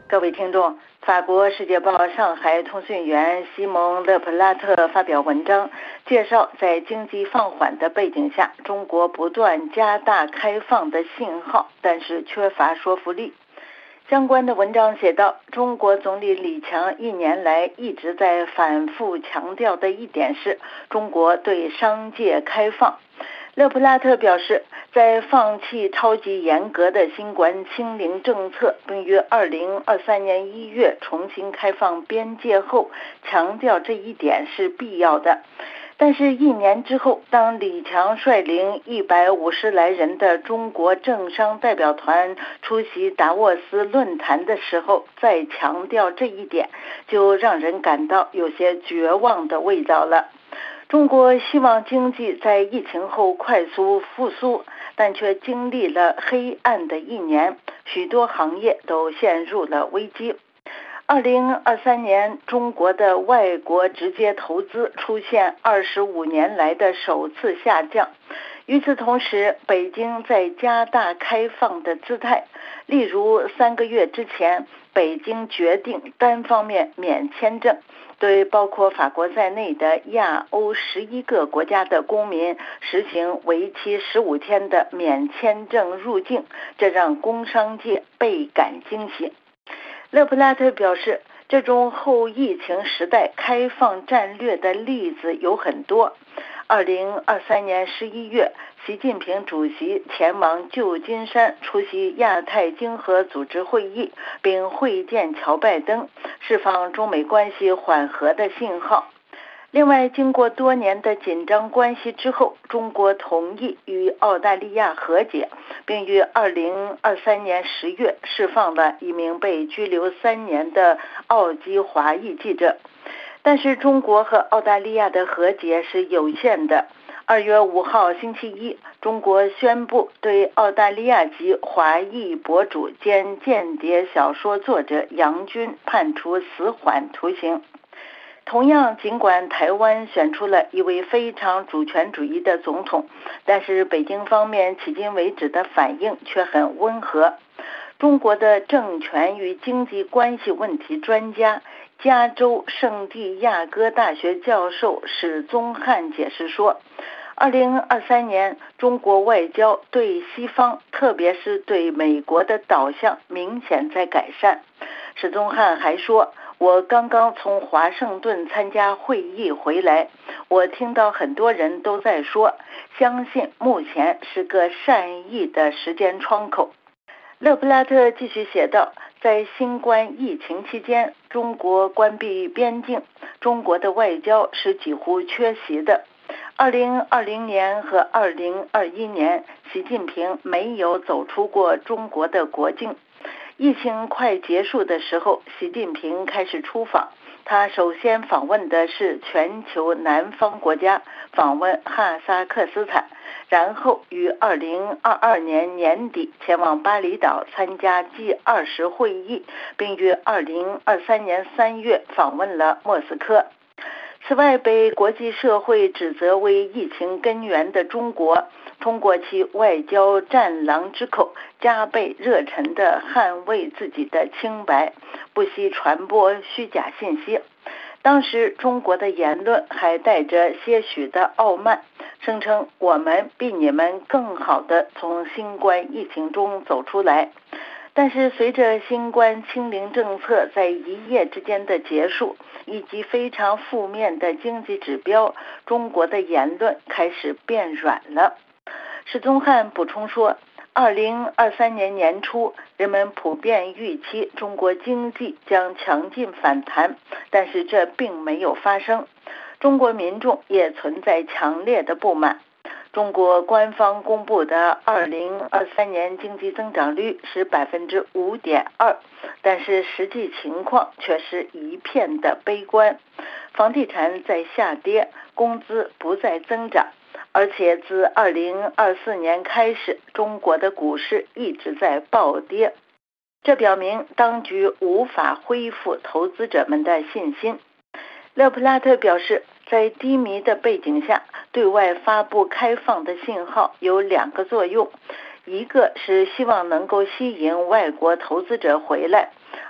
各位听众，法国《世界报》上海通讯员西蒙·勒普拉特发表文章，介绍在经济放缓的背景下，中国不断加大开放的信号，但是缺乏说服力。相关的文章写道，中国总理李强1年来一直在反复强调的一点是，中国对商界开放。勒普拉特表示，在放弃超级严格的新冠清零政策，并于2023年1月重新开放边界后，强调这一点是必要的。但是1年之后，当李强率领150来人的中国政商代表团出席达沃斯论坛的时候，再强调这一点，就让人感到有些绝望的味道了。中国希望经济在疫情后快速复苏，但却经历了黑暗的1年，许多行业都陷入了危机。2023年，中国的外国直接投资出现25年来的首次下降。与此同时，北京在加大开放的姿态，例如3个月之前，北京决定单方面免签证，对包括法国在内的亚欧11个国家的公民实行为期15天的免签证入境，这让工商界倍感惊喜。勒普拉特表示，这种后疫情时代开放战略的例子有很多。2023年11月，习近平主席前往旧金山出席亚太经合组织会议，并会见乔拜登，释放中美关系缓和的信号。另外，经过多年的紧张关系之后，中国同意与澳大利亚和解，并于2023年10月释放了一名被拘留3年的澳籍华裔记者。但是中国和澳大利亚的和解是有限的。2月5号星期一，中国宣布对澳大利亚籍华裔博主兼间谍小说作者杨军判处死缓徒刑。同样，尽管台湾选出了一位非常主权主义的总统，但是北京方面迄今为止的反应却很温和。中国的政权与经济关系问题专家、加州圣地亚哥大学教授史宗汉解释说，2023年中国外交对西方，特别是对美国的导向明显在改善。史宗汉还说，我刚刚从华盛顿参加会议回来，我听到很多人都在说，相信目前是个善意的时间窗口。勒普拉特继续写道，在新冠疫情期间，中国关闭边境，中国的外交是几乎缺席的。2020年和2021年，习近平没有走出过中国的国境。疫情快结束的时候，习近平开始出访。他首先访问的是全球南方国家，访问哈萨克斯坦，然后于2022年年底前往巴厘岛参加 G20 会议，并于2023年3月访问了莫斯科。此外，被国际社会指责为疫情根源的中国，通过其外交战狼之口，加倍热忱地捍卫自己的清白，不惜传播虚假信息。当时中国的言论还带着些许的傲慢，声称我们比你们更好地从新冠疫情中走出来。但是随着新冠清零政策在一夜之间的结束，以及非常负面的经济指标，中国的言论开始变软了。史宗汉补充说，2023年年初，人们普遍预期中国经济将强劲反弹，但是这并没有发生。中国民众也存在强烈的不满。中国官方公布的2023年经济增长率是 5.2%， 但是实际情况却是一片的悲观。房地产在下跌，工资不再增长，而且自2024年开始，中国的股市一直在暴跌，这表明当局无法恢复投资者们的信心。勒普拉特表示，在低迷的背景下，对外发布开放的信号有2个作用，一个是希望能够吸引外国投资者回来，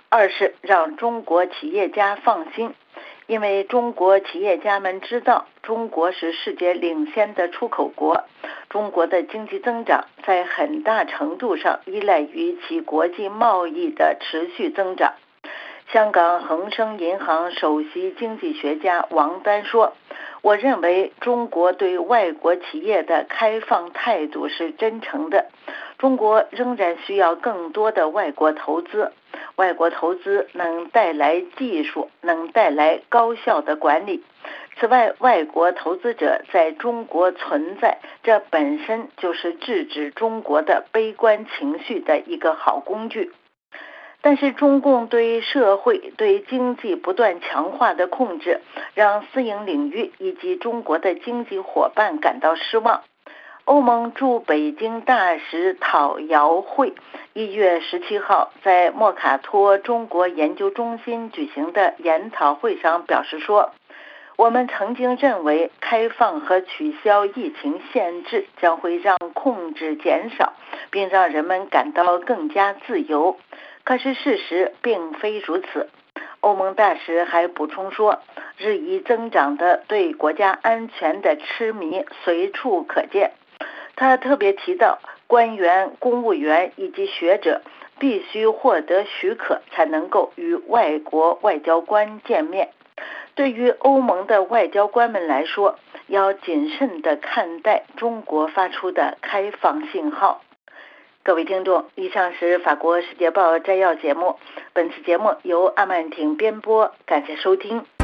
二是让中国企业家放心，因为中国企业家们知道中国是世界领先的出口国，中国的经济增长在很大程度上依赖于其国际贸易的持续增长。香港恒生银行首席经济学家王丹说，我认为中国对外国企业的开放态度是真诚的，中国仍然需要更多的外国投资，外国投资能带来技术，能带来高效的管理。此外，外国投资者在中国存在，这本身就是制止中国的悲观情绪的一个好工具。但是中共对社会、对经济不断强化的控制，让私营领域以及中国的经济伙伴感到失望。欧盟驻北京大使陶尧会1月17号在莫卡托中国研究中心举行的研讨会上表示说，我们曾经认为开放和取消疫情限制将会让控制减少，并让人们感到更加自由。可是事实并非如此。欧盟大使还补充说，日益增长的对国家安全的痴迷随处可见。他特别提到，官员、公务员以及学者必须获得许可才能够与外国外交官见面。对于欧盟的外交官们来说，要谨慎地看待中国发出的开放信号。各位听众，以上是法国世界报摘要节目，本次节目由阿曼婷编播，感谢收听。